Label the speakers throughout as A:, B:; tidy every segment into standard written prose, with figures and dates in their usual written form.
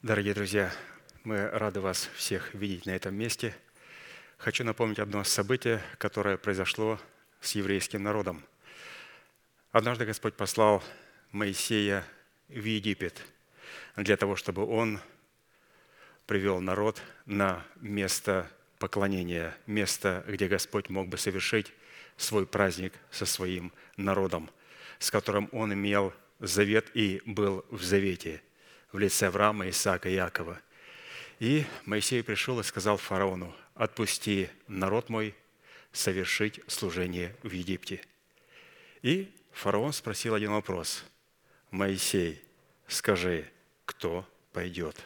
A: Дорогие друзья, мы рады вас всех видеть на этом месте. Хочу напомнить одно событие, которое произошло с еврейским народом. Однажды Господь послал Моисея в Египет для того, чтобы он привел народ на место поклонения, место, где Господь мог бы совершить свой праздник со своим народом, с которым он имел завет и был в завете в лице Авраама, Исаака и Иакова. И Моисей пришел и сказал фараону: «Отпусти народ мой совершить служение в Египте». И фараон спросил один вопрос: «Моисей, скажи, кто пойдет?»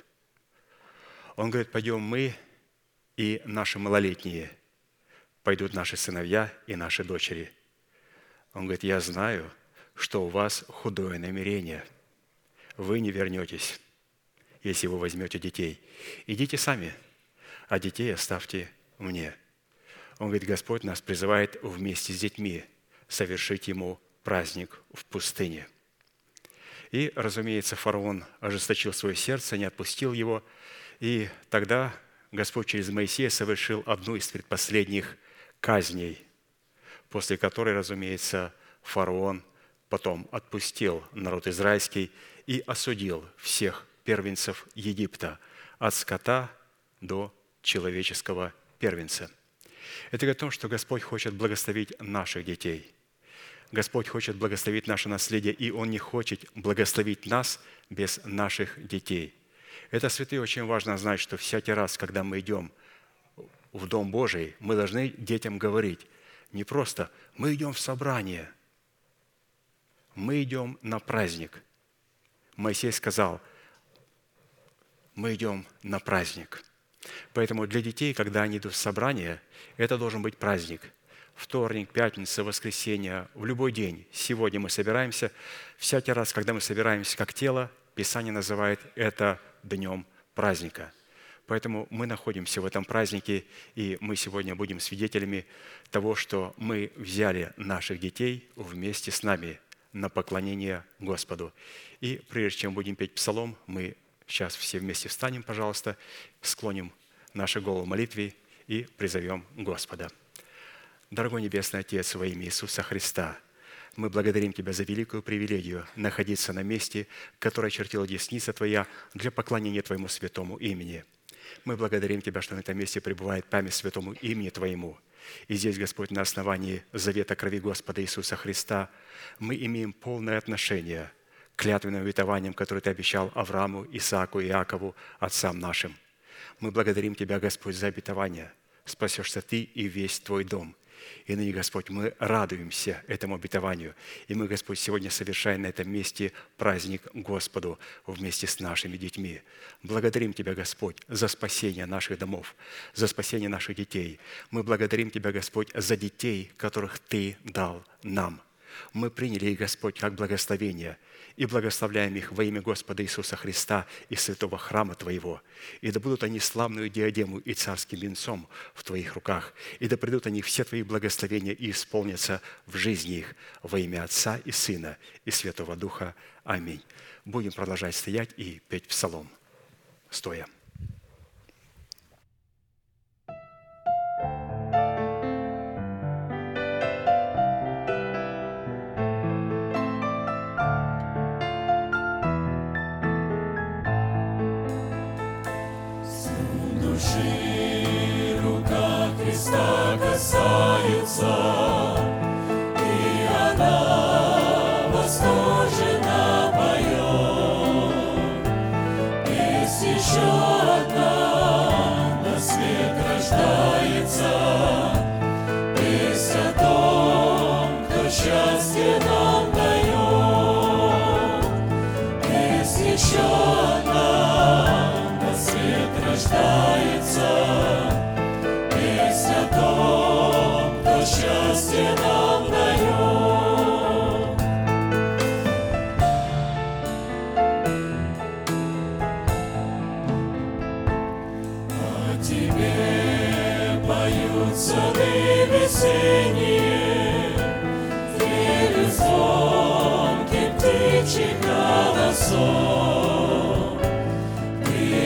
A: Он говорит: «Пойдем мы и наши малолетние, пойдут наши сыновья и наши дочери». Он говорит: «Я знаю, что у вас худое намерение. Вы не вернетесь, если вы возьмете детей. Идите сами, а детей оставьте мне». Он говорит: Господь нас призывает вместе с детьми совершить Ему праздник в пустыне. И, разумеется, фараон ожесточил свое сердце, не отпустил его. И тогда Господь через Моисея совершил одну из предпоследних казней, после которой, разумеется, фараон потом отпустил народ израильский и осудил всех первенцев Египта, от скота до человеческого первенца. Это говорит о том, что Господь хочет благословить наших детей. Господь хочет благословить наше наследие, и Он не хочет благословить нас без наших детей. Это, святые, очень важно знать, что всякий раз, когда мы идем в Дом Божий, мы должны детям говорить не просто «мы идем в собрание», мы идем на праздник. Моисей сказал: мы идем на праздник. Поэтому для детей, когда они идут в собрание, это должен быть праздник. Вторник, пятница, воскресенье, в любой день. Сегодня мы собираемся. Всякий раз, когда мы собираемся как тело, Писание называет это днем праздника. Поэтому мы находимся в этом празднике, и мы сегодня будем свидетелями того, что мы взяли наших детей вместе с нами на поклонение Господу. И прежде чем будем петь псалом, мы сейчас все вместе встанем, пожалуйста, склоним наши головы в молитве и призовем Господа. Дорогой Небесный Отец, во имя Иисуса Христа, мы благодарим Тебя за великую привилегию находиться на месте, которое чертила десница Твоя для поклонения Твоему святому имени. Мы благодарим Тебя, что на этом месте пребывает память святому имени Твоему. И здесь, Господь, на основании завета крови Господа Иисуса Христа мы имеем полное отношение к клятвенным обетованиям, которые Ты обещал Аврааму, Исааку и Иакову, отцам нашим. Мы благодарим Тебя, Господь, за обетование. Спасешься Ты и весь Твой дом. И ныне, Господь, мы радуемся этому обетованию. И мы, Господь, сегодня совершаем на этом месте праздник Господу вместе с нашими детьми. Благодарим Тебя, Господь, за спасение наших домов, за спасение наших детей. Мы благодарим Тебя, Господь, за детей, которых Ты дал нам. Мы приняли их, Господь, как благословение и благословляем их во имя Господа Иисуса Христа и святого храма Твоего. И да будут они славную диадему и царским венцом в Твоих руках, и да придут они все Твои благословения и исполнятся в жизни их во имя Отца и Сына и Святого Духа. Аминь. Будем продолжать стоять и петь псалом, стоя.
B: Рука Христа касается, и она восторженно поет. Есть еще одна, на свет рождается, песнь о том, кто счастье нам дает. Есть еще одна, на свет рождается, песнь о том, кто счастье нам дает. О тебе поют сады весенние, верю звонким птичьих голосов. Ты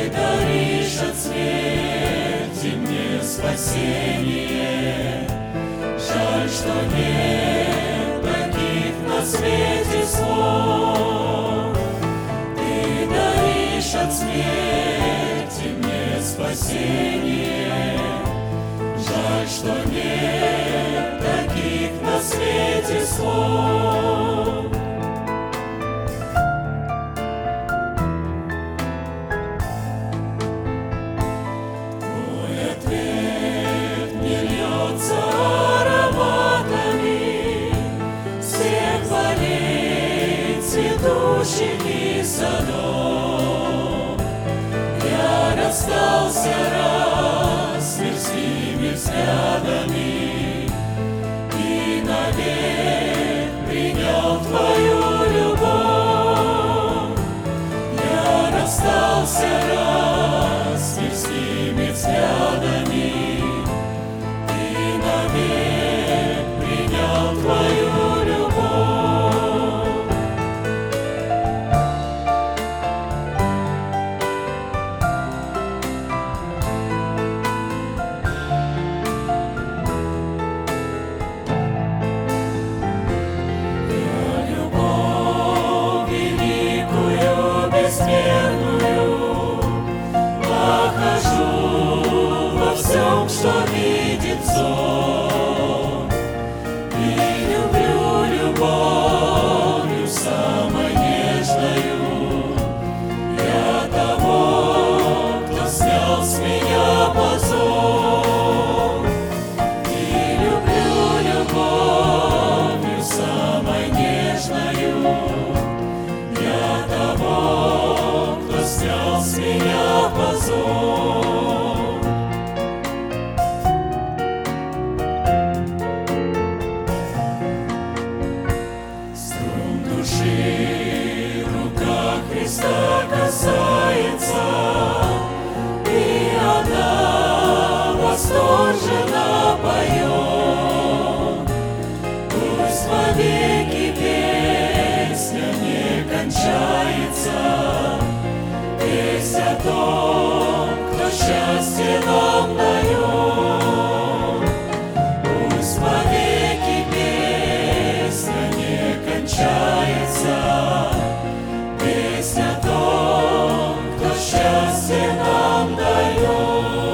B: спасение. Жаль, что нет таких на свете слов. Ты даришь от смерти мне спасение. Жаль, что нет таких на свете слов. Твой ответ не льется ароматами всех полей цветущих и садов. Я расстался раз с мирскими взглядами и навек принял Твою любовь. Я расстался раз с мирскими взглядами и навек принял Твою любовь. Любовь великую, бессмертную, нахожу во всем, что видит взор. И люблю любовью самой нежною я того, кто снял с меня позор. И люблю любовью самой нежною я того, кто снял с меня позор. Струн души рука Христа касается, и она восторженно поет. Пусть вовеки песня не кончается, песнь о том, кто счастье нам дает. Пусть вовеки песня не кончается, песня о том, кто счастье нам дает.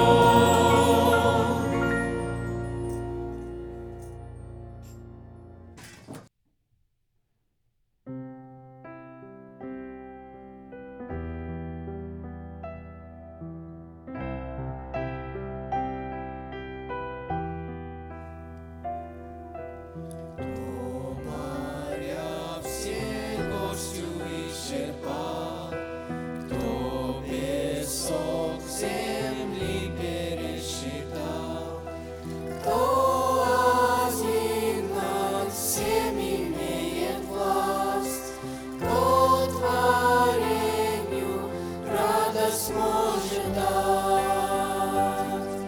B: Моря все горстью исчерпал, кто песок земли пересчитал, кто один над всем имеет власть, кто творению радость может дать.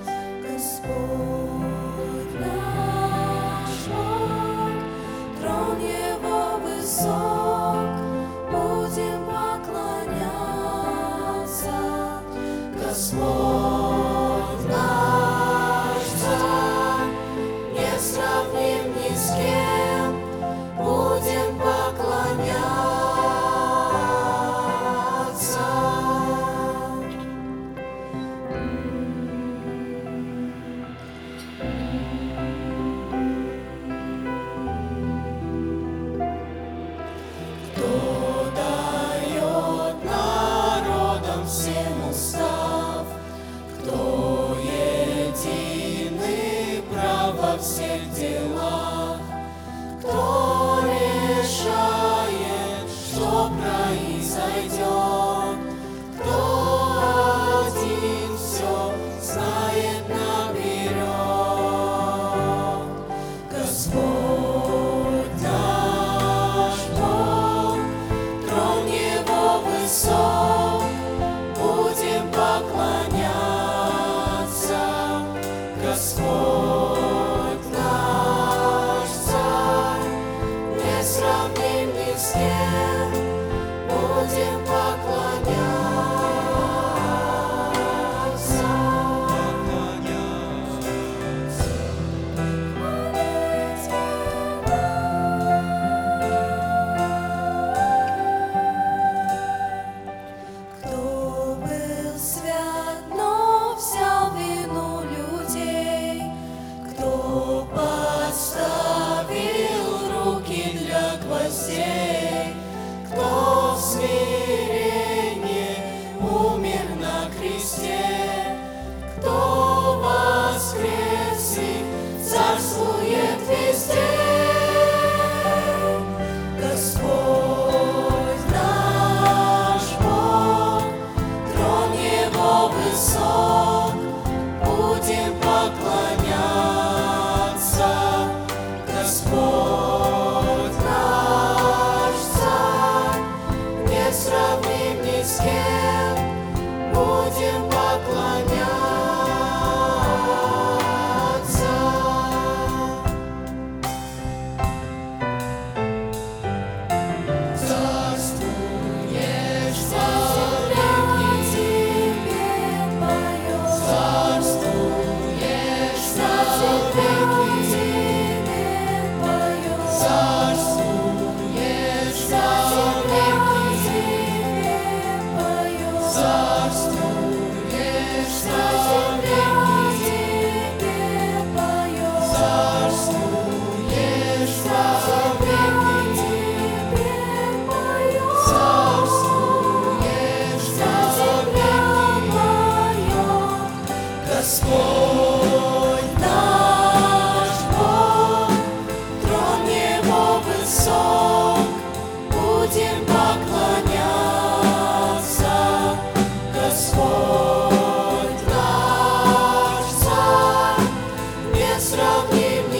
B: Господь наш Бог, трон Его высок, будем поклоняться. Господь наш Царь, не сравним ни с кем, будем поклоняться. Кто дает народам всем устав, кто единый прав во всех делах, кто решает, что произойдет, кто один все знает наперед. Господь наш Бог, трон Его высок, будем поклоняться. Господь наш Царь, не сравним ни с
C: Царствуешь во веки, царствуешь во веки, Господь наш Бог, трон Его высок, будем поклоняться. Господь наш Царь, несравнимый.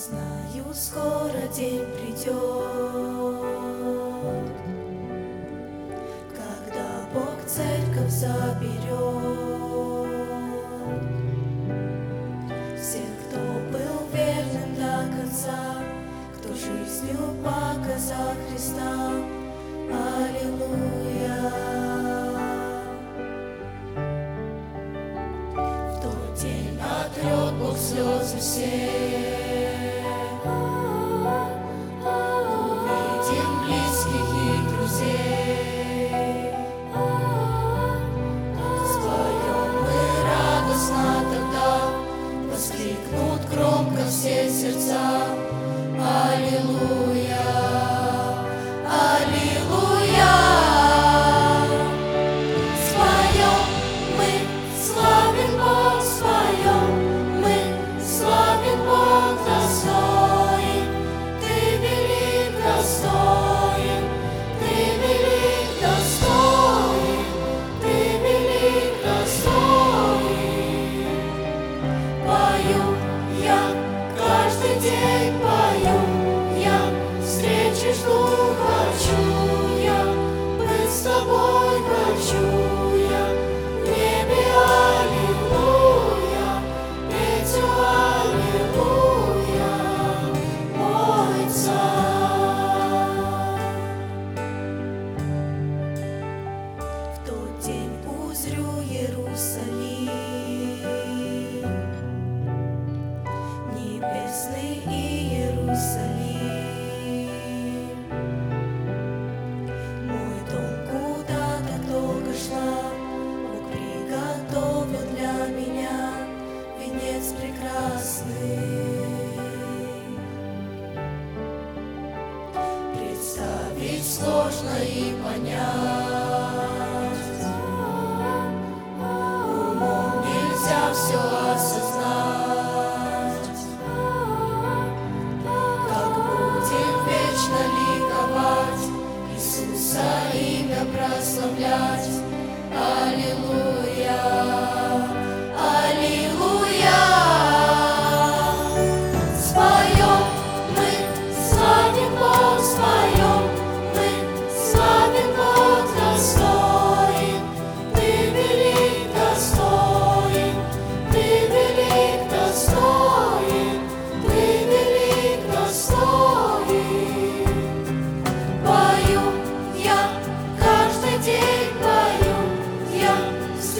C: знаю, скоро день придет, когда Бог церковь заберет всех, кто был верным до конца, кто жизнью показал Христа. Аллилуйя. В тот день отрет Бог слезы всех, увидим близких и друзей. Споем мы радостно тогда, воскликнут громко все сердца. Аллилуйя, аллилуйя. Споем мы, славен Бог, споем мы, славен Бог достоин. Ты велик, достоин, ты велик, достоин, ты велик, достоин. Пою я, каждый день пою я, встречи жду, хочу я, быть с тобой хочу я, в небе аллилуйя, петь аллилуйя, мой царь. В тот день узрю Иерусалим, небесный Иерусалим. Мой дом, куда-то только шла, Бог приготовил для меня венец прекрасный. Представить сложно и понять, умом нельзя все осознать. Как будем вечно ликовать, Иисуса имя прославлять. Аллилуйя, аллилуйя. Споем мы, славен Бог, споем мы, славен Бог достоин. Ты велик, достоин, ты велик, достоин, ты велик, достоин. Пою я, каждый день пою я,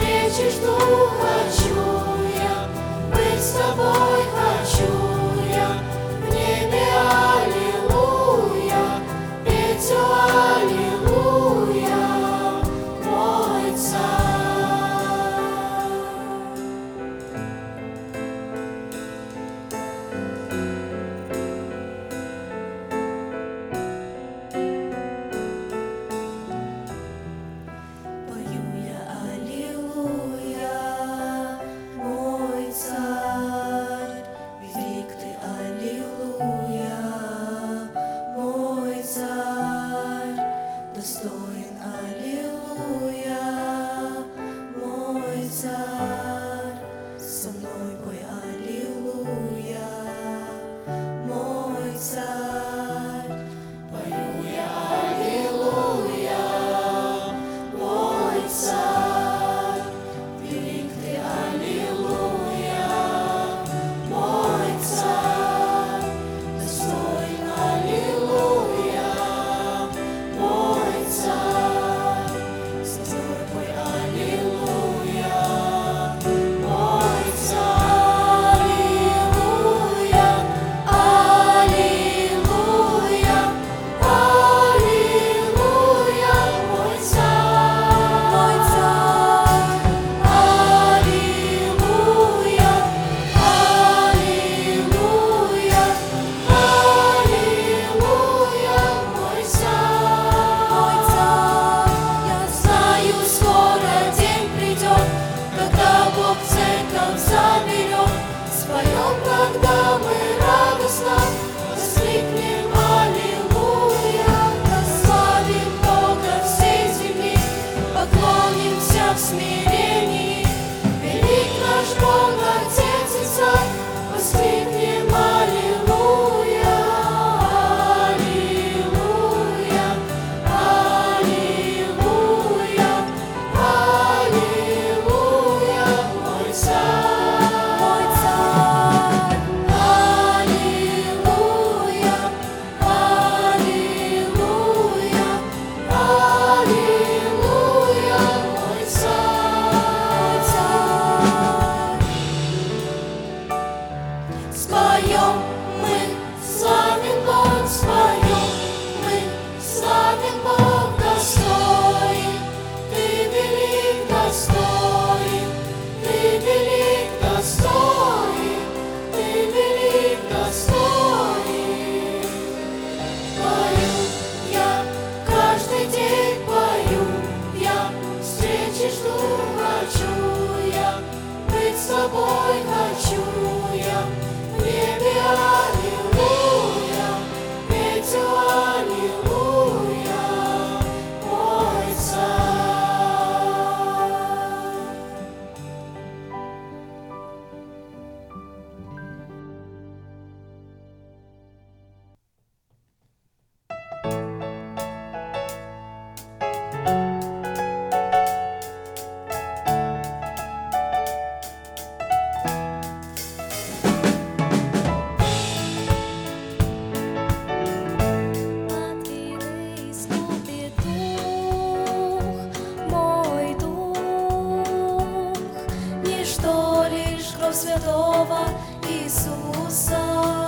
C: кровь святого Иисуса.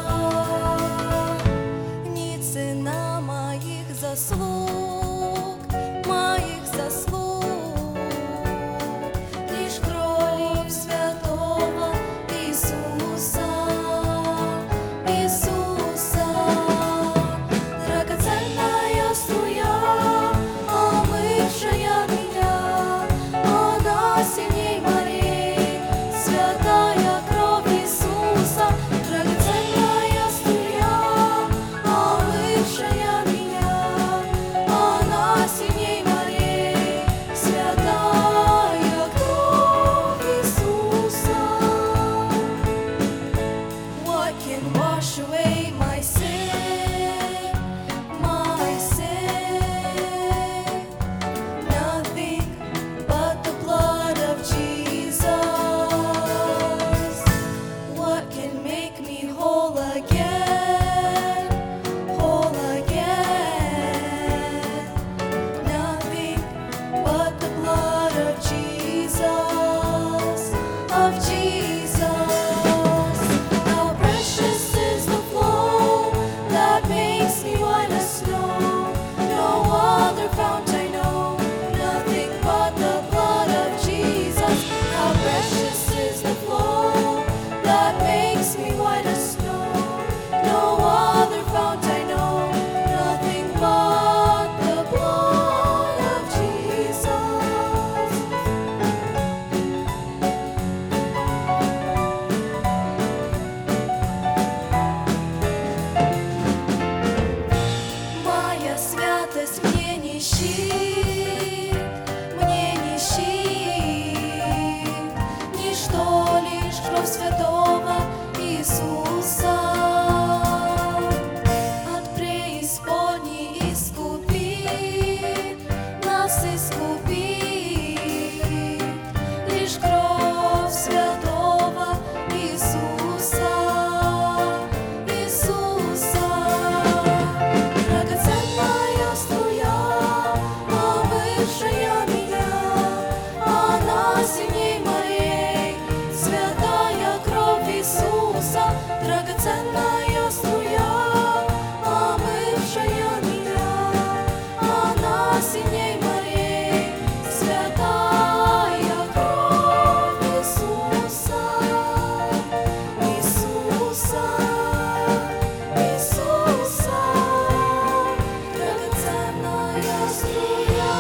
C: Не цена моих заслуг, лишь кровь святого Иисуса, Иисуса. Драгоценная струя, омывшая меня, она сильней морей, святая кровь Иисуса. Драгоценная струя, омывшая меня, она сильней морей, святая кровь Иисуса. What can wash away my sin, my sin? Nothing but the blood of Jesus. What can make me whole again, whole again? Nothing but the blood of Jesus, of Jesus. How precious is the flow that makes me white as snow. No other fount I know, nothing but the blood of Jesus. How precious is the flow that makes me white as snow. No other fount I know, nothing but the blood of Jesus. Моя святость мне не щит, ничто, лишь кровь святого Иисуса. От преисподней искупит, нас искупит, лишь кровь святого Иисуса, Иисуса. Драгоценная струя, омывшая меня, она сильней морей, святая кровь Иисуса. Драгоценная струя, омывшая меня, она сильней морей, святая кровь Иисуса, Иисуса, Иисуса. Драгоценная струя.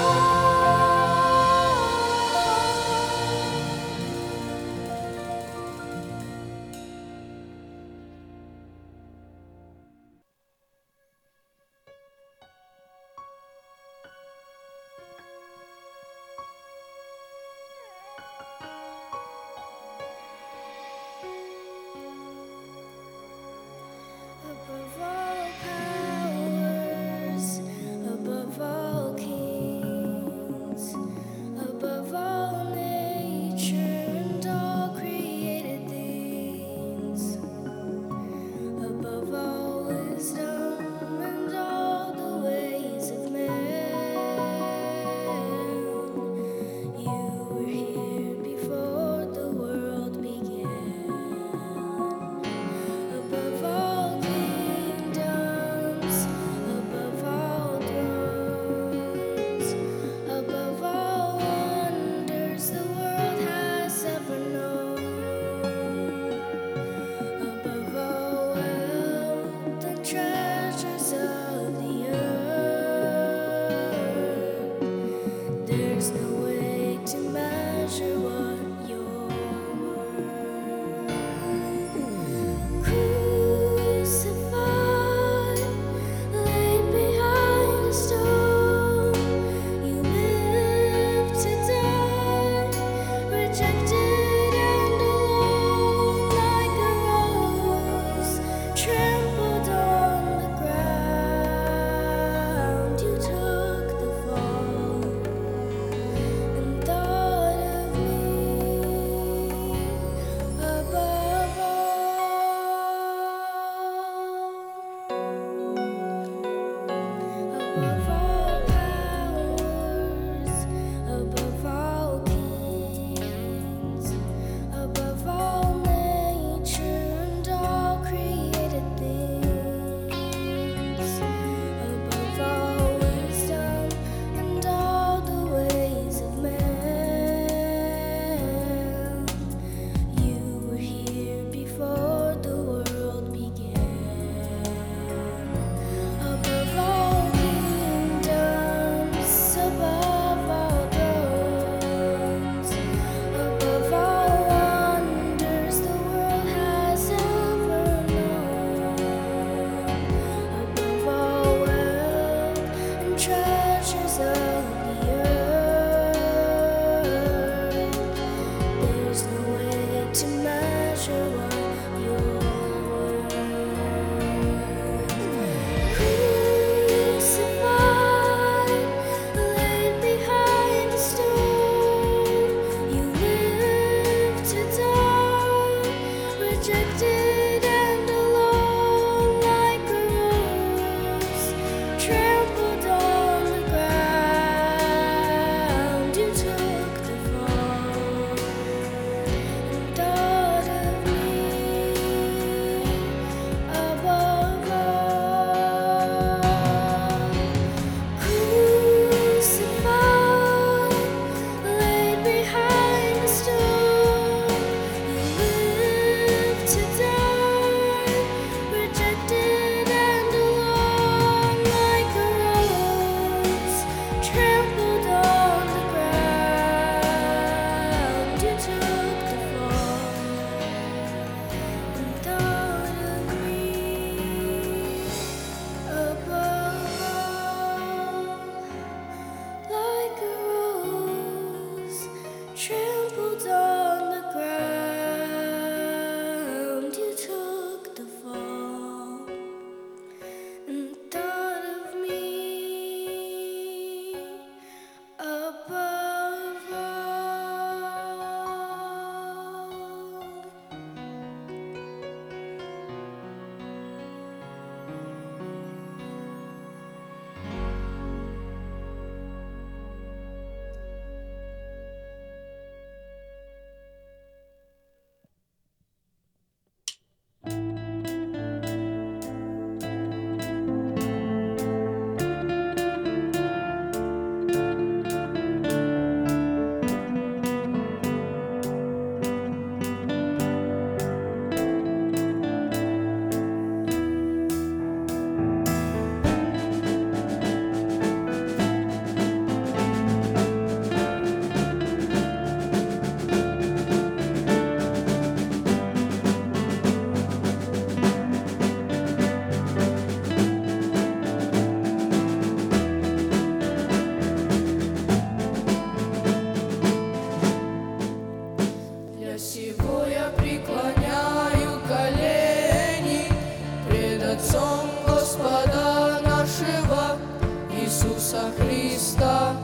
D: Христа.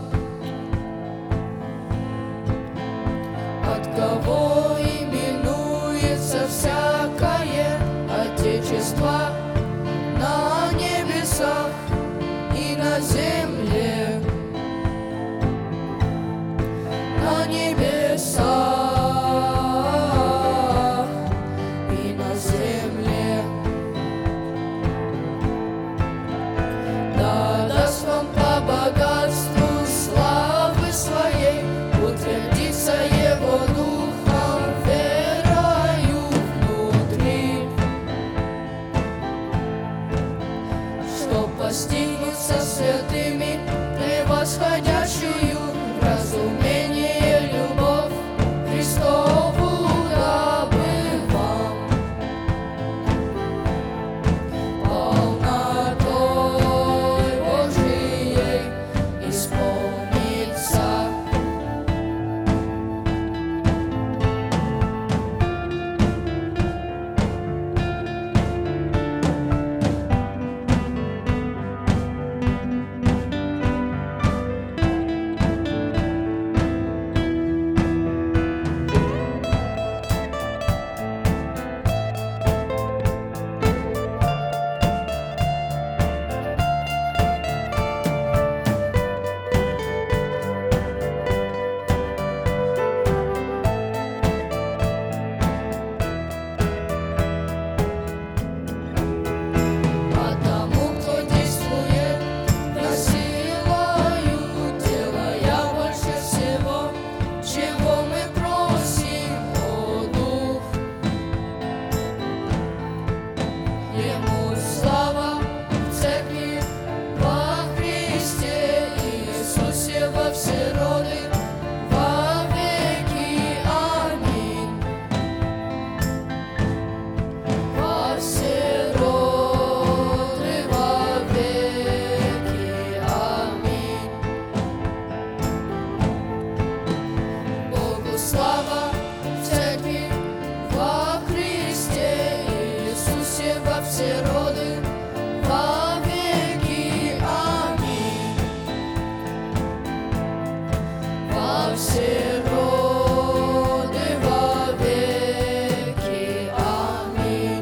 D: От кого именуется всякое Отечество на небесах и на земле, на небесах и на земле. Да даст вам по богатству славы своей утвердиться Его Духом верою внутри, чтоб постигнуться святыми превосходящую в разумение любовь Христову дабы вам полнотой Божией исполниться. Потому, кто действует насилою, делая больше всего, чего мы просим, о Дух. Ему слава в церкви во Христе Иисусе во все роды, во веки. Аминь. Во все роды, во веки. Аминь. Богу слава в церкви во Христе Иисусе во все роды, во веки. Аминь. Во все роды, во веки. Аминь.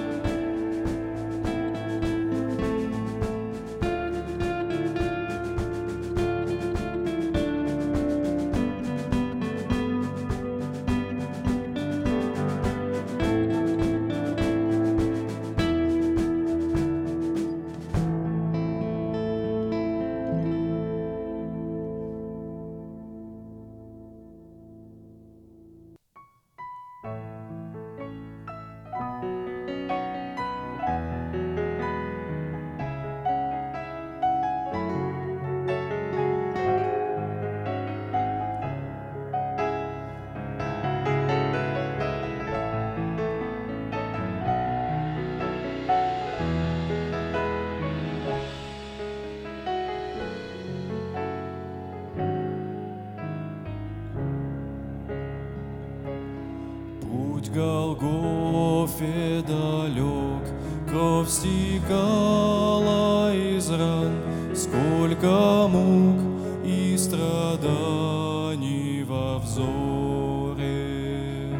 B: Путь Голгофе далек, кровь стекала из ран, сколько мук и страданий во взоре.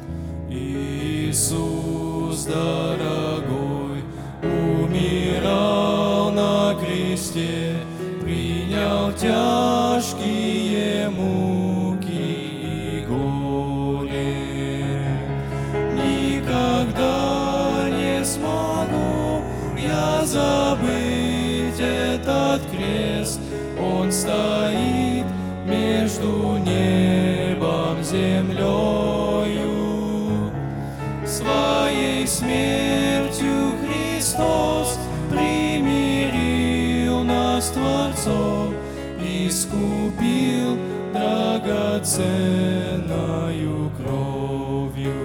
B: Иисус дорогой умирал на кресте, принял тяжкие муки и горе. Никогда не смогу я забыть этот крест. Он стоит между небом и землею. Своей смертью Христос примирил нас с Творцом, искупил драгоценною кровью.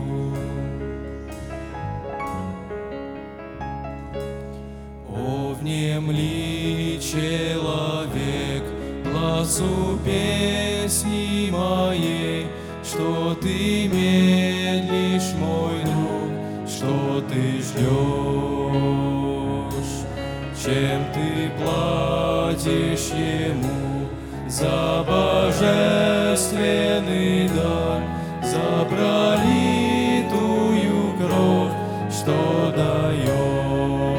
B: О, внемли, человек, глазу песни моей, что ты медлишь, мой друг, что ты ждешь, чем ты платишь ему за божественный дар, за пролитую кровь, что даешь.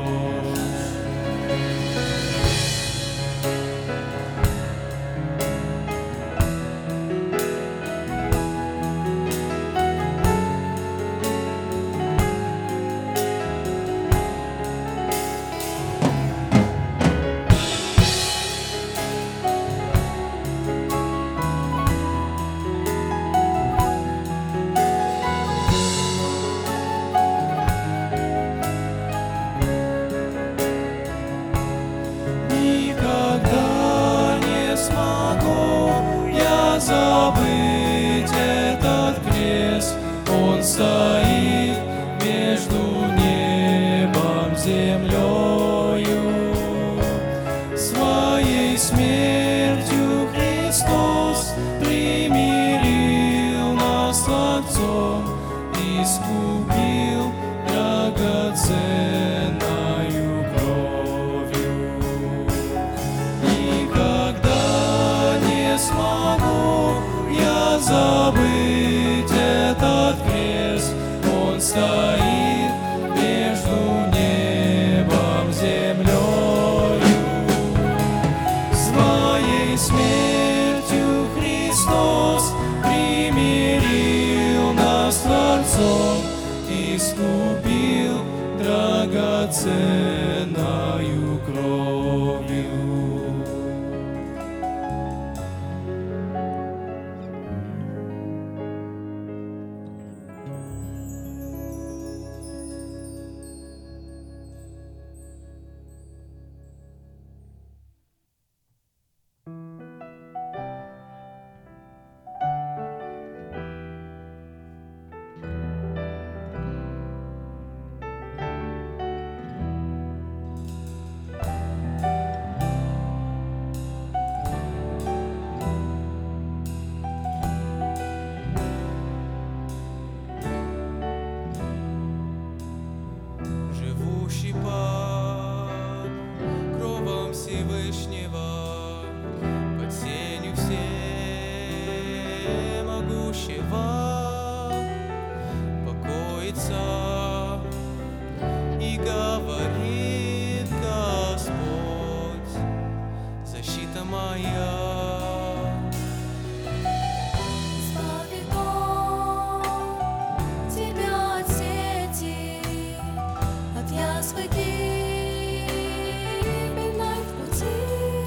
B: Никогда не смогу я забыть этот крест. Он стоит между небом и землею. Своей смертью Христос примирил нас с Отцом, искупил драгоценною кровью. Никогда не смогу я забыть этот крест. Он стоит между небом и землею. Своей смертью Христос примирил нас с Творцом, искупил драгоценною кровью. Живущий под кровом Всевышнего, под сенью всемогущего, покоится и говорит Господь, защита моя.
C: Избавит Он тебя от сети, от язвы гибельной в пути,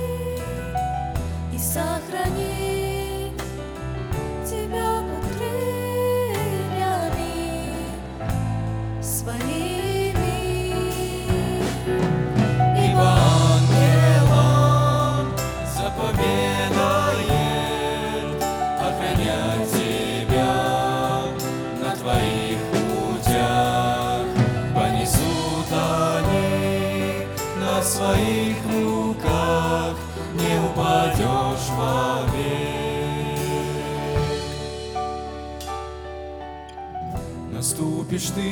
C: и сохранит тебя под крыльями своими.
B: Ибо ангелам заповедает охранять тебя на твоих путях. Понесут они на своих руках, не упадешь вовек. Наступишь ты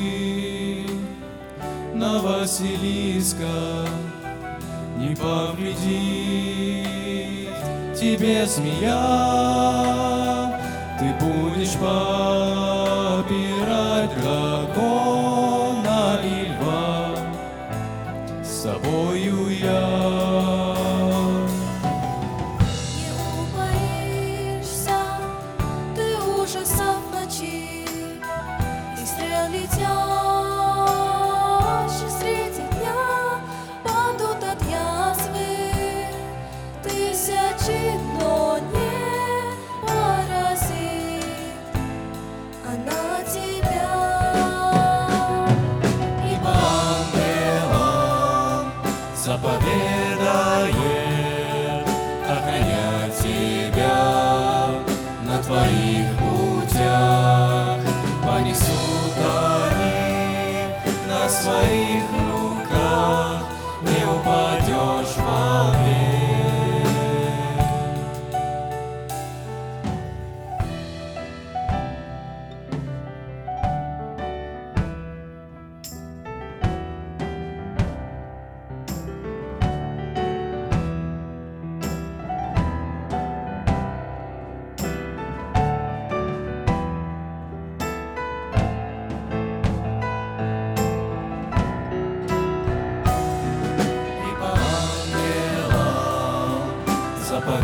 B: на Василиска, не повредит тебе змея. Ты будешь попирать дракона и льва, с собою я.
C: Не убоишься ты ужасов ночи, и стрел летящих среди дня, падут от язвы тысячи, но не поразит она тебя.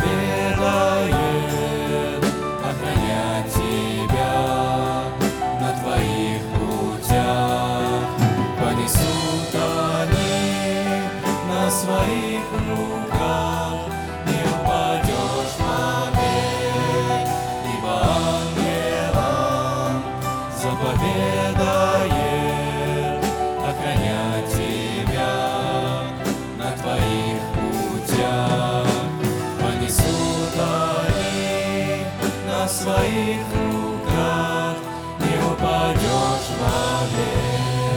B: заповедает охранять тебя на твоих путях. Понесут они на своих руках, не упадешь вовек, ибо ангелам заповедает охранять тебя на твоих путях. Понесут они на своих руках, не упадешь вовек.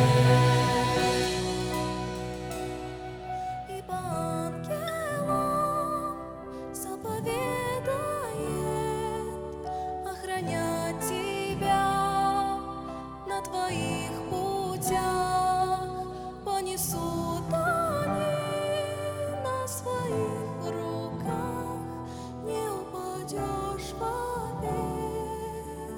C: Ибо ангелам заповедает охранять тебя на твоих путях. Понесут они на своих руках, не упадешь вовек.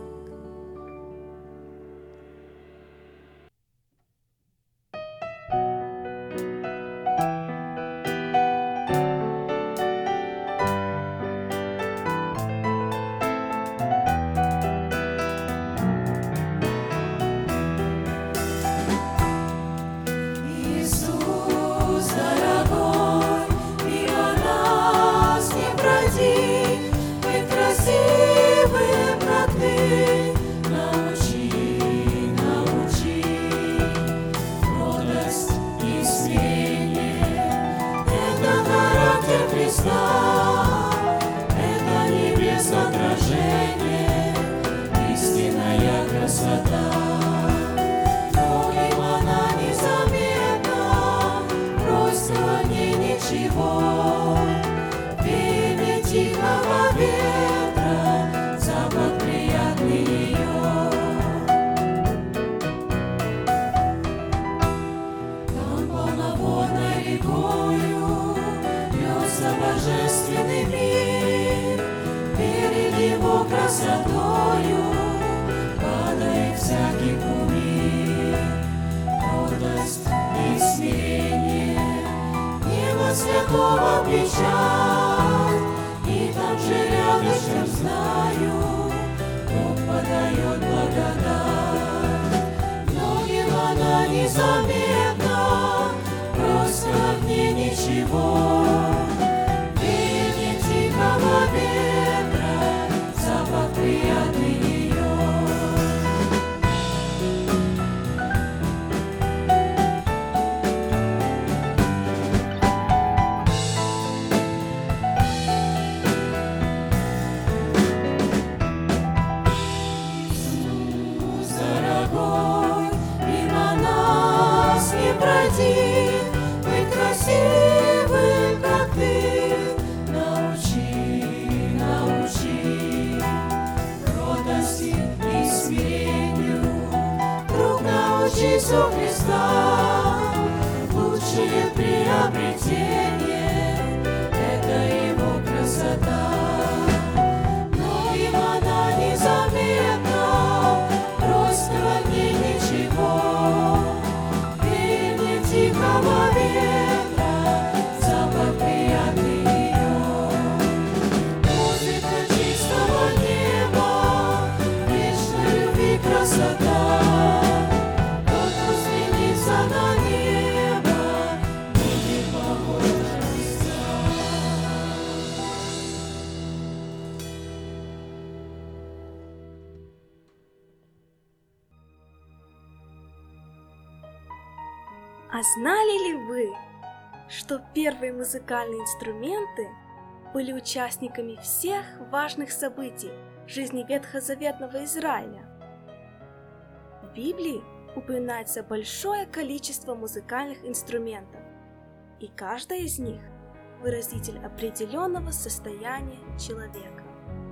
C: Иисус дорогой, мимо нас не пройди, быть красивым, как ты. Научи, научи, кротость и смирение — это характер Христа, это небес отражение, истинная красота. Многим она незаметна, просто не ничего. Веяние тихого ветра, запах приятный ее. Там полноводной рекою льется божественный мир, перед его красотою падает всякий кумир. Кротость и смирение небо святого печать, и там же рядышком знаю, Бог подает благодать. Многим она незаметна, просто в ней ничего. Веяние тихого ветра, запах приятный ее. Иисус дорогой, мимо нас не пройди, быть красивым, как ты. Научи, научи, кротости и смирению. Друг, научись у Христа, лучшее приобретение — это его красота. Многим она незаметна, просто в ней ничего. Веяние тихого ветра, запах приятный ее. Музыка чистого неба, вечной любви красота. Тот, кто стремится на небо, будет похож на Христа.
E: А знали ли вы, что первые музыкальные инструменты были участниками всех важных событий жизни ветхозаветного Израиля? В Библии упоминается большое количество музыкальных инструментов, и каждая из них – выразитель определенного состояния человека.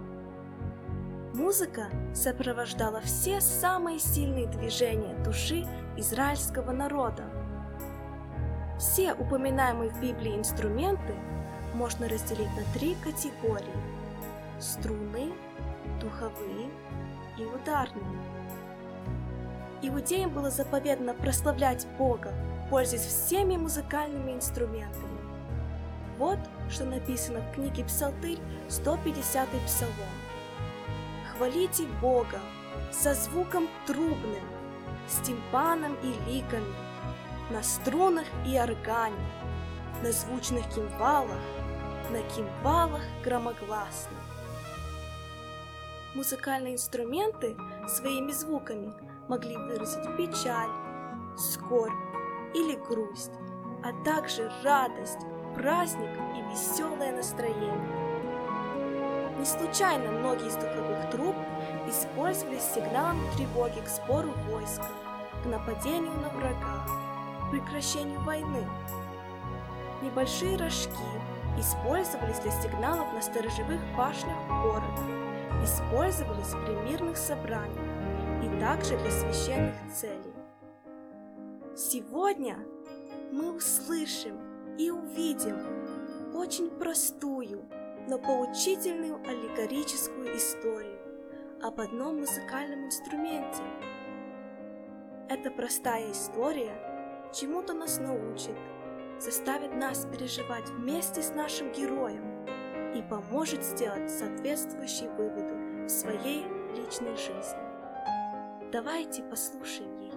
E: Музыка сопровождала все самые сильные движения души израильского народа. Все упоминаемые в Библии инструменты можно разделить на 3 категории – струнные, духовые и ударные. Иудеям было заповедано прославлять Бога, пользуясь всеми музыкальными инструментами. Вот что написано в книге Псалтырь, 150-й Псалом. «Хвалите Бога со звуком трубным, с тимпаном и ликами, на струнах и органе, на звучных кимвалах, на кимвалах громогласных». Музыкальные инструменты своими звуками могли выразить печаль, скорбь или грусть, а также радость, праздник и веселое настроение. Не случайно многие из духовых труб использовались сигналом тревоги к сбору войска, к нападению на врага, к прекращению войны. Небольшие рожки использовались для сигналов на сторожевых башнях города, использовались при мирных собраниях и также для священных целей. Сегодня мы услышим и увидим очень простую, но поучительную аллегорическую историю об одном музыкальном инструменте. Эта простая история чему-то нас научит, заставит нас переживать вместе с нашим героем и поможет сделать соответствующие выводы в своей личной жизни. Давайте послушаем ее.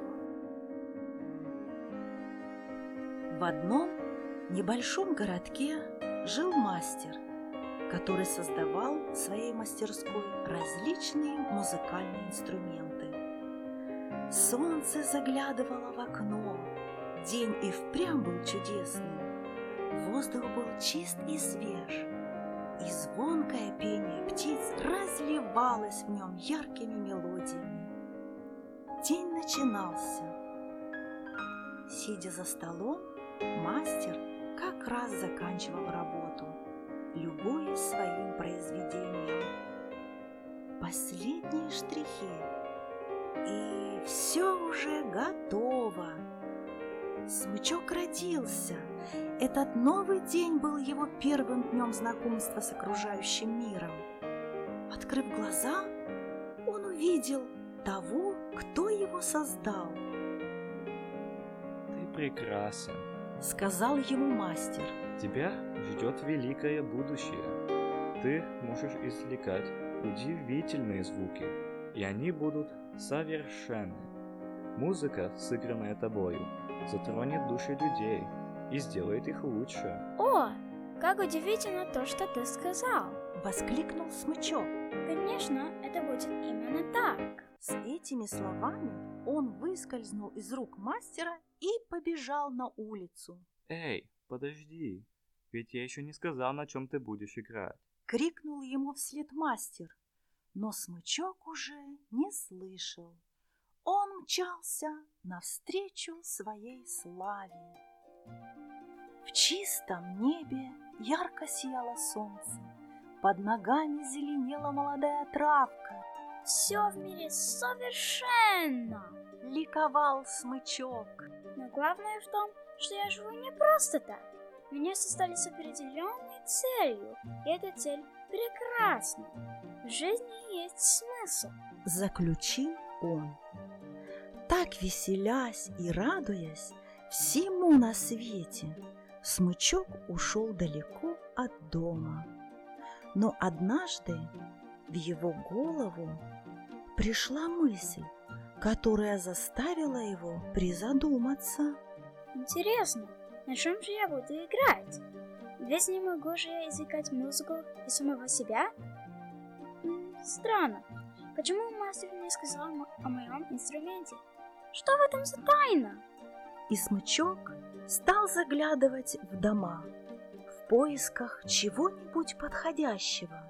F: В одном небольшом городке жил мастер, который создавал в своей мастерской различные музыкальные инструменты. Солнце заглядывало в окно, день и впрямь был чудесный, воздух был чист и свеж, и звонкое пение птиц разливалось в нем яркими мелодиями. День начинался. Сидя за столом, мастер как раз заканчивал работу, любуясь своим произведением. Последние штрихи, и все уже готово. Смычок родился. Этот новый день был его первым днем знакомства с окружающим миром. Открыв глаза, он увидел того, кто его создал.
G: «Ты прекрасен»,
F: — сказал ему мастер.
G: «Тебя ждет великое будущее. Ты можешь извлекать удивительные звуки, и они будут совершенны. Музыка, сыгранная тобою, затронет души людей и сделает их лучше».
H: О, как удивительно то, что ты сказал.
F: — воскликнул Смычок.
H: Конечно, это будет именно так.
F: С этими словами он выскользнул из рук мастера и побежал на улицу.
G: «Эй, подожди, ведь я еще не сказал, на чем ты будешь играть».
F: Крикнул ему вслед мастер, но Смычок уже не слышал. Он мчался навстречу своей славе. В чистом небе ярко сияло солнце, под ногами зеленела молодая травка.
H: Все в мире совершенно.
F: Ликовал Смычок.
H: Но главное в том, что я живу не просто так. Меня создали с определенной целью, и эта цель прекрасна. В жизни есть смысл.
F: Заключил он. Так веселясь и радуясь всему на свете, Смычок ушел далеко от дома. Но однажды в его голову пришла мысль, которая заставила его призадуматься.
H: Интересно, на чем же я буду играть? Ведь не могу же я извлекать музыку из самого себя? Странно. Почему мастер не сказал о моем инструменте? Что в этом за тайна?
F: И Смычок стал заглядывать в дома в поисках чего-нибудь подходящего.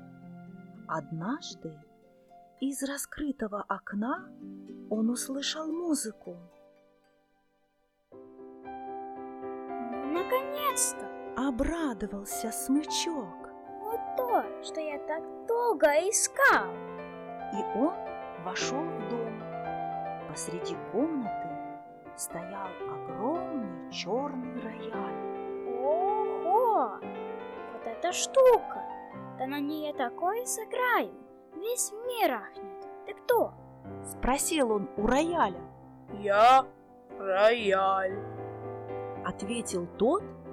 F: Однажды из раскрытого окна он услышал музыку.
H: Наконец-то!
F: Обрадовался Смычок.
H: Вот то, что я так долго искал.
F: И он вошел в дом. Посреди комнаты стоял огромный черный рояль.
H: Ого! Вот эта штука! Да на ней я такое сыграю! Весь мир ахнет! Ты кто?
F: Спросил он у рояля.
I: «Я рояль»,
F: Ответил тот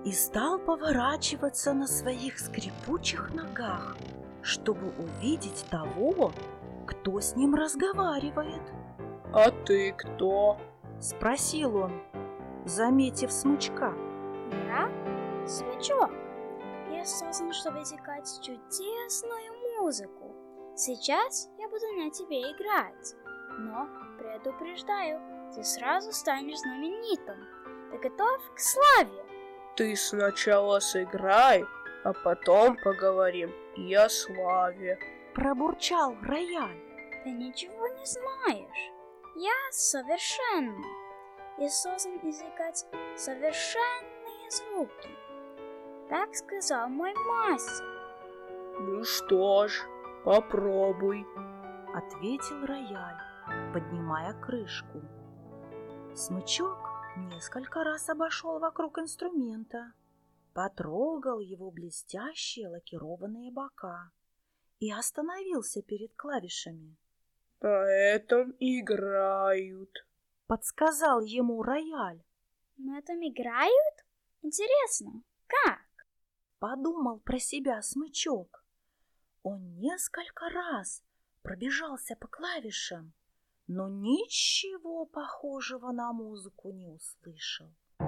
F: и стал поворачиваться на своих скрипучих ногах, чтобы увидеть того, кто с ним разговаривает.
I: «А ты кто?»
F: — спросил он, заметив смычка.
H: Я смычок. Я создан, чтобы извлекать чудесную музыку. Сейчас я буду на тебе играть, но предупреждаю, ты сразу станешь знаменитым. Ты готов к славе?
I: «Ты сначала сыграй, а потом поговорим и о славе»,
F: — пробурчал рояль.
H: Ты ничего не знаешь. Я совершенный и создан извлекать совершенные звуки. Так сказал мой мастер.
I: «Ну что ж, попробуй»,
F: — ответил рояль, поднимая крышку. Смычок несколько раз обошел вокруг инструмента, потрогал его блестящие лакированные бока и остановился перед клавишами.
I: «На этом играют»,
F: — подсказал ему рояль.
H: На этом играют? Интересно, как?
F: Подумал про себя смычок. Он несколько раз пробежался по клавишам, но ничего похожего на музыку не услышал.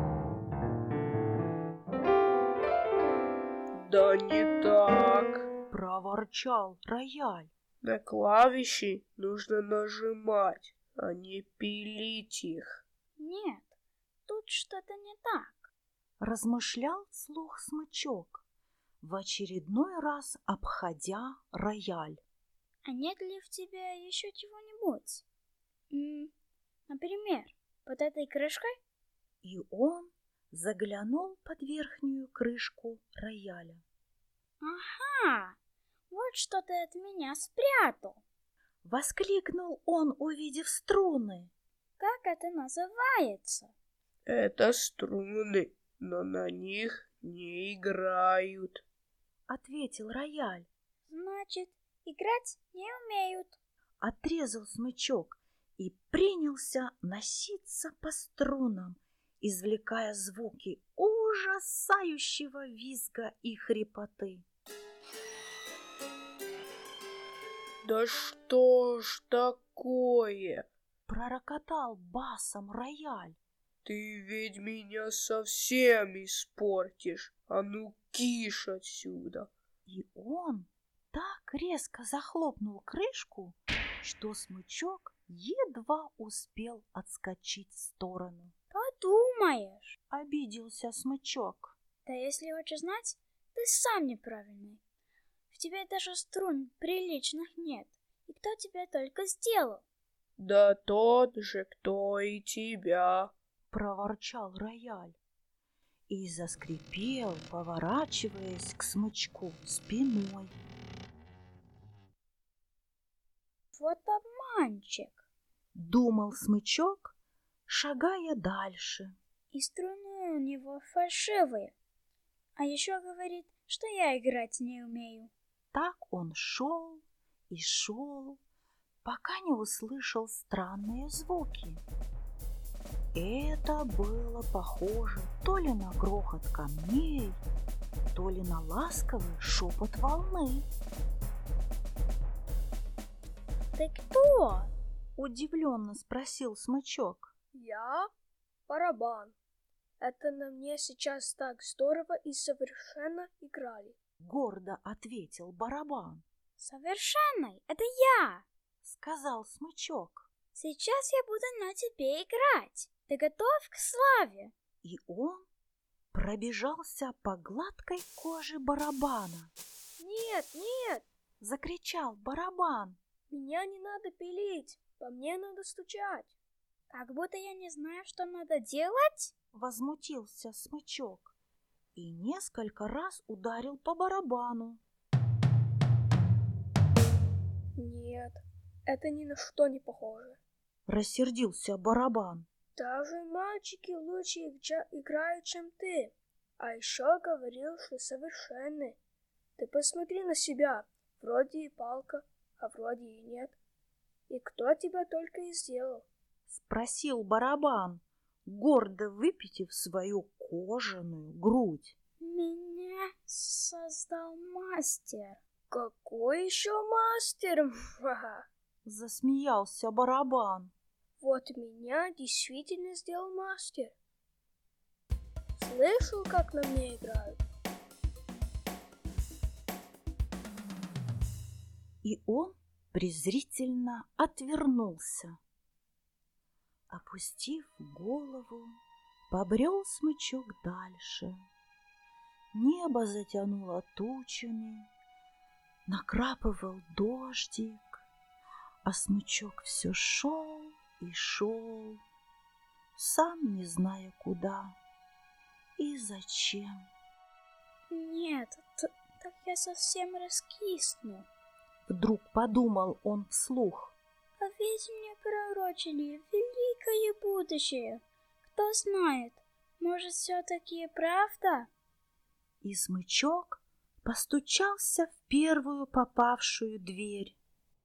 I: «Да не так»,
F: — проворчал рояль.
I: «На клавиши нужно нажимать, а не пилить их».
H: Нет, тут что-то не так.
F: Размышлял вслух смычок, в очередной раз обходя рояль.
H: А нет ли в тебе еще чего-нибудь? Например, под этой крышкой?
F: И он заглянул под верхнюю крышку рояля.
H: Ага, вот что ты от меня спрятал.
F: Воскликнул он, увидев струны.
H: Как это называется?
I: «Это струны, но на них не играют»,
F: — ответил рояль.
H: Значит, играть не умеют.
F: Отрезал смычок и принялся носиться по струнам, извлекая звуки ужасающего визга и хрипоты.
I: «Да что ж такое?»
F: — пророкотал басом рояль.
I: «Ты ведь меня совсем испортишь, а ну кишь отсюда!»
F: И он так резко захлопнул крышку, что смычок едва успел отскочить в сторону.
H: Подумаешь.
F: Обиделся смычок.
H: Да если хочешь знать, ты сам неправильный. В тебе даже струн приличных нет. И кто тебя только сделал?
I: «Да тот же, кто и тебя!»
F: — проворчал рояль и заскрипел, поворачиваясь к смычку спиной.
H: Вот обманщик.
F: Думал смычок, шагая дальше.
H: И струны у него фальшивые. А еще говорит, что я играть не умею.
F: Так он шел и шел, пока не услышал странные звуки. Это было похоже то ли на грохот камней, то ли на ласковый шепот волны.
H: Ты кто?
F: Удивленно спросил смычок.
J: «Я барабан. Это на мне сейчас так здорово и совершенно играли»,
F: — гордо ответил барабан.
H: Совершенный, это я,
F: — сказал смычок.
H: Сейчас я буду на тебе играть. Ты готов к славе?
F: И он пробежался по гладкой коже барабана.
J: «Нет, нет!»
F: — закричал барабан.
J: «Меня не надо пилить, по мне надо стучать».
H: Как будто я не знаю, что надо делать?
F: — возмутился смычок и несколько раз ударил по барабану.
J: «Нет, это ни на что не похоже».
F: — рассердился барабан.
J: «Даже мальчики лучше играют, чем ты. А еще говорил, что совершенный. Ты посмотри на себя, вроде и палка, а вроде и нет. И кто тебя только и сделал?»
F: — спросил барабан, гордо выпитив свою кожаную грудь.
H: Меня создал мастер.
J: Какой еще мастер?
F: Засмеялся барабан.
J: Вот меня действительно сделал мастер. Слышал, как на мне играют?
F: И он презрительно отвернулся. Опустив голову, побрел смычок дальше. Небо затянуло тучами, накрапывал дождик, а смычок все шел и шел, сам не зная куда и зачем.
H: Нет, так я совсем раскисну.
F: Вдруг подумал он вслух.
H: А ведь мне пророчили великое будущее. Кто знает, может, все-таки правда?
F: И смычок постучался в первую попавшую дверь.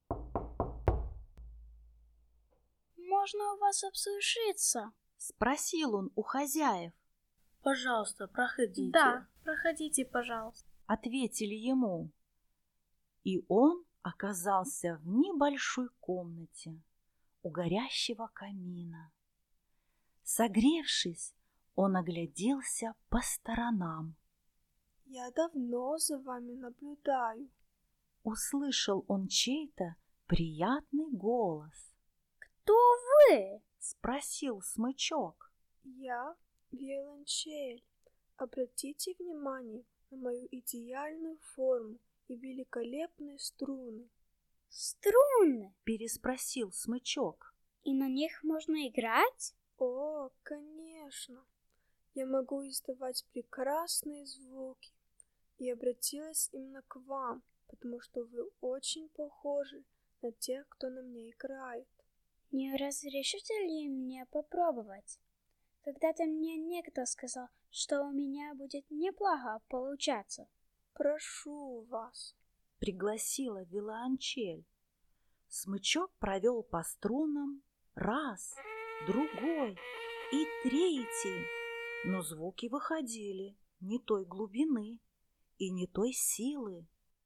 H: Можно у вас обсушиться?
F: Спросил он у хозяев.
E: Пожалуйста, проходите.
K: Да, проходите, пожалуйста.
F: Ответили ему. И он оказался в небольшой комнате у горящего камина. Согревшись, он огляделся по сторонам.
E: Я давно за вами наблюдаю.
F: Услышал он чей-то приятный голос.
H: Кто вы?
F: Спросил смычок.
E: Я виолончель. Обратите внимание на мою идеальную форму и великолепные струны.
H: Струны?
F: Переспросил смычок.
H: И на них можно играть?
E: О, конечно. Я могу издавать прекрасные звуки. И обратилась именно к вам, потому что вы очень похожи на тех, кто на мне играет.
H: Не разрешите ли мне попробовать? Когда-то мне некто сказал, что у меня будет неплохо получаться.
E: Прошу вас.
F: Пригласила виолончель. Смычок провел по струнам раз, другой и третий, но звуки выходили не той глубины и не той силы.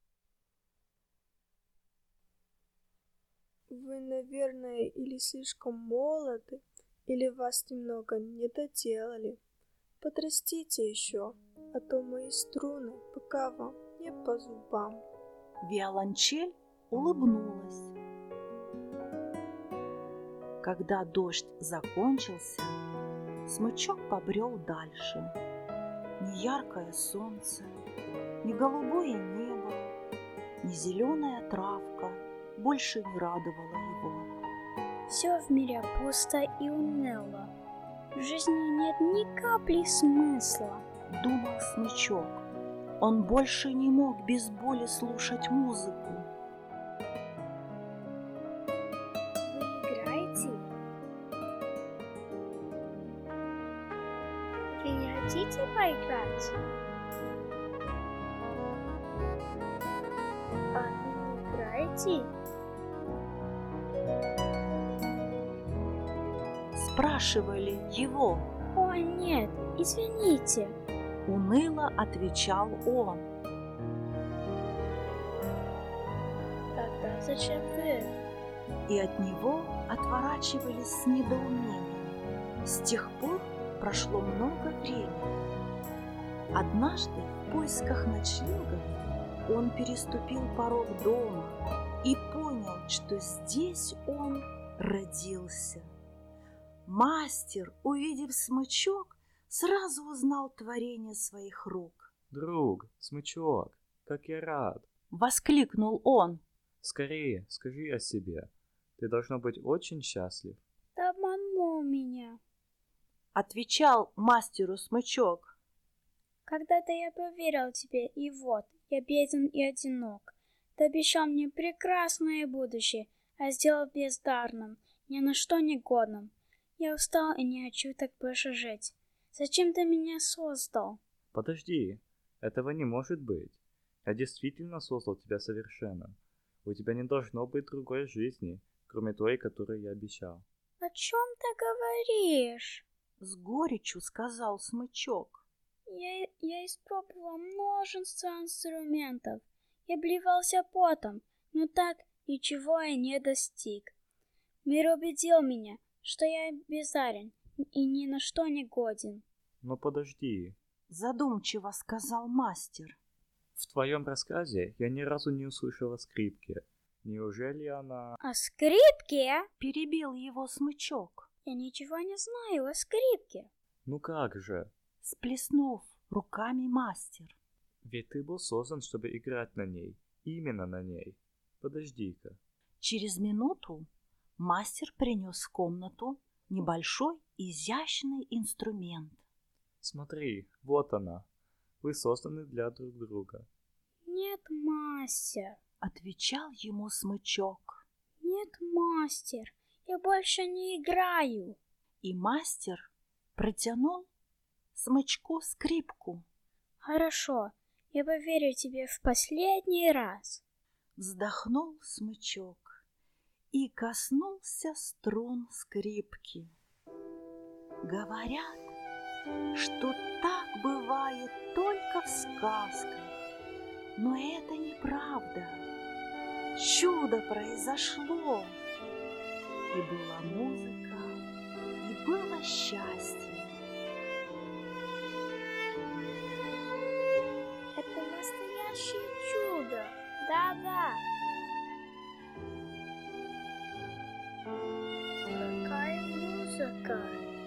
E: Вы, наверное, или слишком молоды, или вас немного не доделали. Подрастите еще, а то мои струны пока вам не по зубам.
F: Виолончель улыбнулась. Когда дождь закончился, смычок побрел дальше. Ни яркое солнце, ни голубое небо, ни зеленая травка больше не радовала его.
H: Все в мире пусто и уныло. В жизни нет ни капли смысла.
F: Думал смычок. Он больше не мог без боли слушать музыку.
H: Вы играете? Вы не хотите поиграть? А вы не играете?
F: Спрашивали его.
H: О, нет, извините.
F: Уныло отвечал он.
H: Тогда зачем вы?
F: И от него отворачивались с недоумением. С тех пор прошло много времени. Однажды в поисках ночлега он переступил порог дома и понял, что здесь он родился. Мастер, увидев смычок, сразу узнал творение своих рук.
G: Друг, смычок, как я рад.
F: Воскликнул он.
G: Скорее, скажи о себе. Ты должно быть очень счастлив.
H: Ты обманул меня.
F: Отвечал мастеру смычок.
H: Когда-то я поверил тебе, и вот, я беден и одинок. Ты обещал мне прекрасное будущее, а сделал бездарным, ни на что не годным. Я устал и не хочу так больше жить. Зачем ты меня создал?
G: Подожди, этого не может быть. Я действительно создал тебя совершенно. У тебя не должно быть другой жизни, кроме той, которую я обещал.
H: О чем ты говоришь?
F: С горечью сказал Смычок.
H: Я испробовал множество инструментов. Я обливался потом, но так ничего и не достиг. Мир убедил меня, что я бездарен и ни на что не годен.
G: Но подожди.
F: Задумчиво сказал мастер.
G: В твоем рассказе я ни разу не услышал о скрипке. Неужели она...
H: О скрипке?
F: Перебил его Смычок.
H: Я ничего не знаю о скрипке.
G: Ну как же?
F: Сплеснув руками мастер.
G: Ведь ты был создан, чтобы играть на ней. Именно на ней. Подожди-ка.
F: Через минуту мастер принес в комнату небольшой изящный инструмент.
G: Смотри, вот она. Вы созданы для друг друга.
H: Нет, мастер.
F: Отвечал ему Смычок.
H: Нет, мастер, я больше не играю.
F: И мастер протянул Смычку скрипку.
H: Хорошо, я поверю тебе в последний раз.
F: Вздохнул Смычок и коснулся струн скрипки. Говорят, что так бывает только в сказках, но это неправда. Чудо произошло, и была музыка, и было счастье.
H: Это настоящее чудо, да-да. Какая музыка!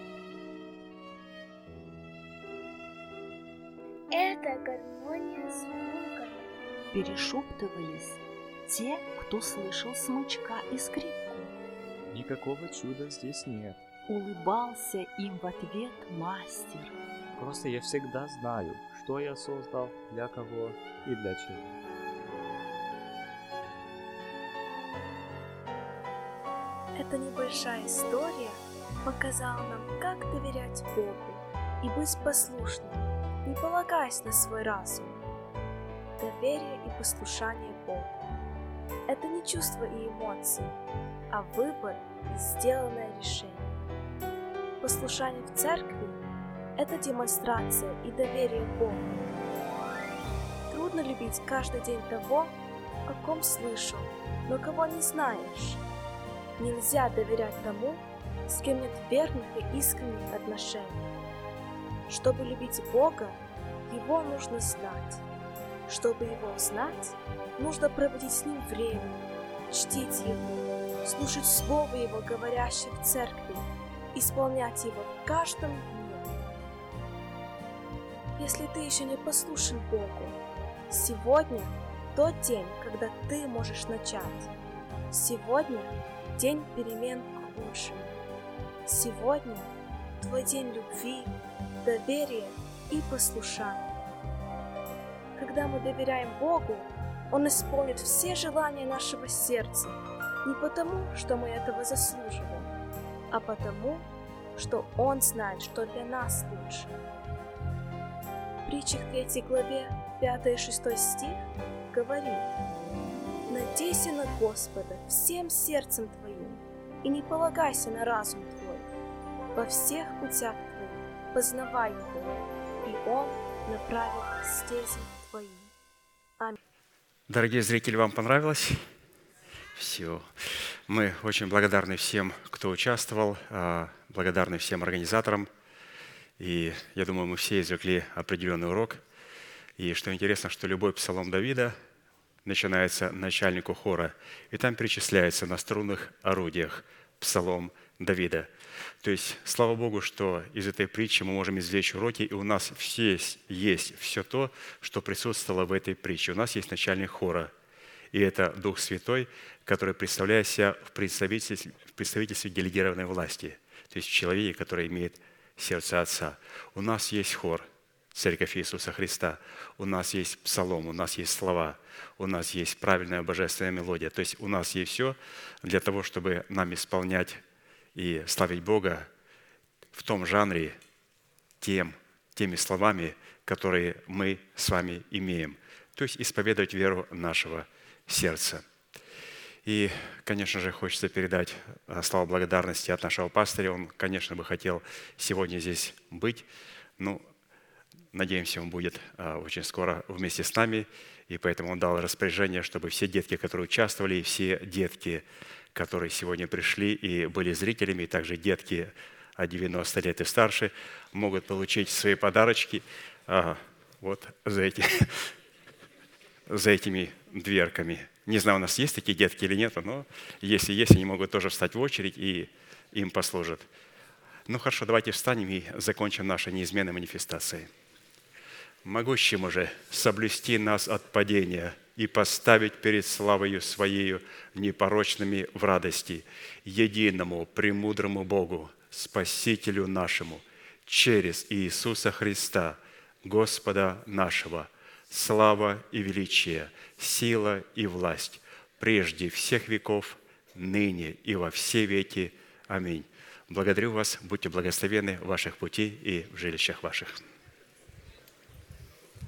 H: Это гармония звуков.
F: Перешептывались те, кто слышал Смычка и скрипку.
G: Никакого чуда здесь нет.
F: Улыбался им в ответ мастер.
G: Просто я всегда знаю, что я создал, для кого и для чего.
E: Эта небольшая история показала нам, как доверять Богу и быть послушным, не полагаясь на свой разум. Доверие и послушание Богу – это не чувства и эмоции, а выбор и сделанное решение. Послушание в церкви – это демонстрация и доверие Богу. Трудно любить каждый день того, о ком слышал, но кого не знаешь. Нельзя доверять тому, с кем нет верных и искренних отношений. Чтобы любить Бога, Его нужно знать. Чтобы Его знать, нужно проводить с Ним время, чтить Его, слушать Слово Его, говорящее в церкви, исполнять Его в каждом дне. Если ты еще не послушен Богу, сегодня тот день, когда ты можешь начать. Сегодня день перемен к лучшему. Сегодня твой день любви, доверия и послушания. Когда мы доверяем Богу, Он исполнит все желания нашего сердца, не потому, что мы этого заслуживаем, а потому, что Он знает, что для нас лучше. В притчах 3 главе 5 и 6 стих говорит: «Надейся на Господа всем сердцем твоим, и не полагайся на разум твой. Во всех путях твоих познавай Его, и Он направит стези твои». Аминь.
A: Дорогие зрители, вам понравилось? Все. Мы очень благодарны всем, кто участвовал, благодарны всем организаторам. И я думаю, мы все извлекли определенный урок. И что интересно, что любой псалом Давида начинается начальнику хора, и там перечисляется на струнных орудиях псалом Давида. То есть, слава Богу, что из этой притчи мы можем извлечь уроки, и у нас есть все то, что присутствовало в этой притче. У нас есть начальник хора, и это Дух Святой, который представляет себя в представительстве делегированной власти, то есть в человеке, который имеет сердце Отца. У нас есть хор, Церковь Иисуса Христа, у нас есть псалом, у нас есть слова, у нас есть правильная божественная мелодия. То есть у нас есть все для того, чтобы нам исполнять и славить Бога в том жанре, теми словами, которые мы с вами имеем. То есть исповедовать веру нашего сердца. И, конечно же, хочется передать слова благодарности от нашего пастыря. Он, конечно, бы хотел сегодня здесь быть. Ну, надеемся, он будет очень скоро вместе с нами. И поэтому он дал распоряжение, чтобы все детки, которые участвовали, и все детки, которые сегодня пришли и были зрителями, и также детки от 90 лет и старше, могут получить свои подарочки вот за этими дверками. Не знаю, у нас есть такие детки или нет, но если есть, они могут тоже встать в очередь, и им послужат. Ну хорошо, давайте встанем и закончим нашей неизменной манифестацией. Могущему же соблюсти нас от падения и поставить перед славою Своею непорочными в радости, единому, премудрому Богу, Спасителю нашему, через Иисуса Христа, Господа нашего, слава и величие, сила и власть, прежде всех веков, ныне и во все веки. Аминь. Благодарю вас, будьте благословенны в ваших пути и в жилищах ваших.